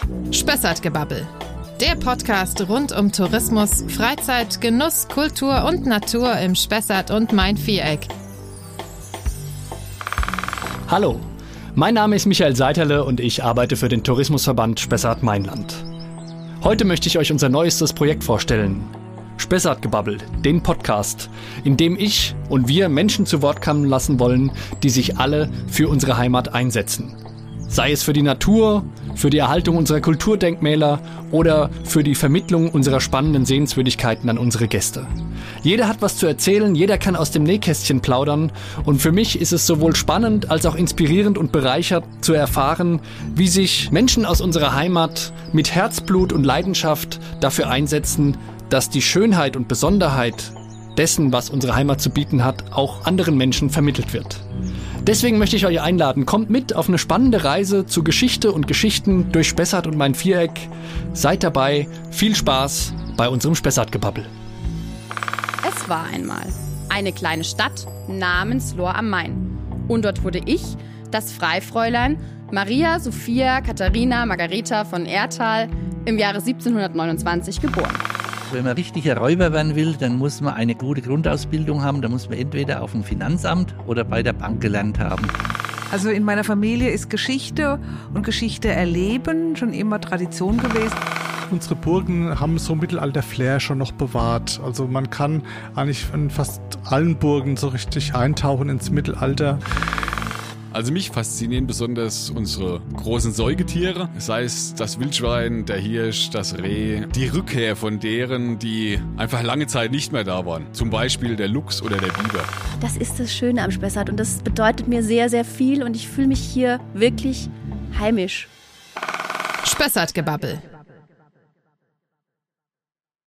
Spessartgebabbel. Der Podcast rund um Tourismus, Freizeit, Genuss, Kultur und Natur im Spessart und Main-Viereck. Hallo, mein Name ist Michael Seiterle und ich arbeite für den Tourismusverband Spessart-Mainland. Heute möchte ich euch unser neuestes Projekt vorstellen. Spessartgebabbel, den Podcast, in dem ich und wir Menschen zu Wort kommen lassen wollen, die sich alle für unsere Heimat einsetzen. Sei es für die Natur, für die Erhaltung unserer Kulturdenkmäler oder für die Vermittlung unserer spannenden Sehenswürdigkeiten an unsere Gäste. Jeder hat was zu erzählen, jeder kann aus dem Nähkästchen plaudern und für mich ist es sowohl spannend als auch inspirierend und bereichert zu erfahren, wie sich Menschen aus unserer Heimat mit Herzblut und Leidenschaft dafür einsetzen, dass die Schönheit und Besonderheit dessen, was unsere Heimat zu bieten hat, auch anderen Menschen vermittelt wird. Deswegen möchte ich euch einladen, kommt mit auf eine spannende Reise zu Geschichte und Geschichten durch Spessart und Main-Viereck. Seid dabei, viel Spaß bei unserem Spessartgebabbel. Es war einmal eine kleine Stadt namens Lohr am Main. Und dort wurde ich, das Freifräulein Maria Sophia Katharina Margareta von Erthal, im Jahre 1729 geboren. Wenn man richtiger Räuber werden will, dann muss man eine gute Grundausbildung haben. Da muss man entweder auf dem Finanzamt oder bei der Bank gelernt haben. Also in meiner Familie ist Geschichte und Geschichte erleben schon immer Tradition gewesen. Unsere Burgen haben so Mittelalter-Flair schon noch bewahrt. Also man kann eigentlich in fast allen Burgen so richtig eintauchen ins Mittelalter. Also mich faszinieren besonders unsere großen Säugetiere, sei es das Wildschwein, der Hirsch, das Reh, die Rückkehr von deren, die einfach lange Zeit nicht mehr da waren. Zum Beispiel der Luchs oder der Biber. Das ist das Schöne am Spessart und das bedeutet mir sehr, sehr viel und ich fühle mich hier wirklich heimisch. Spessartgebabbel.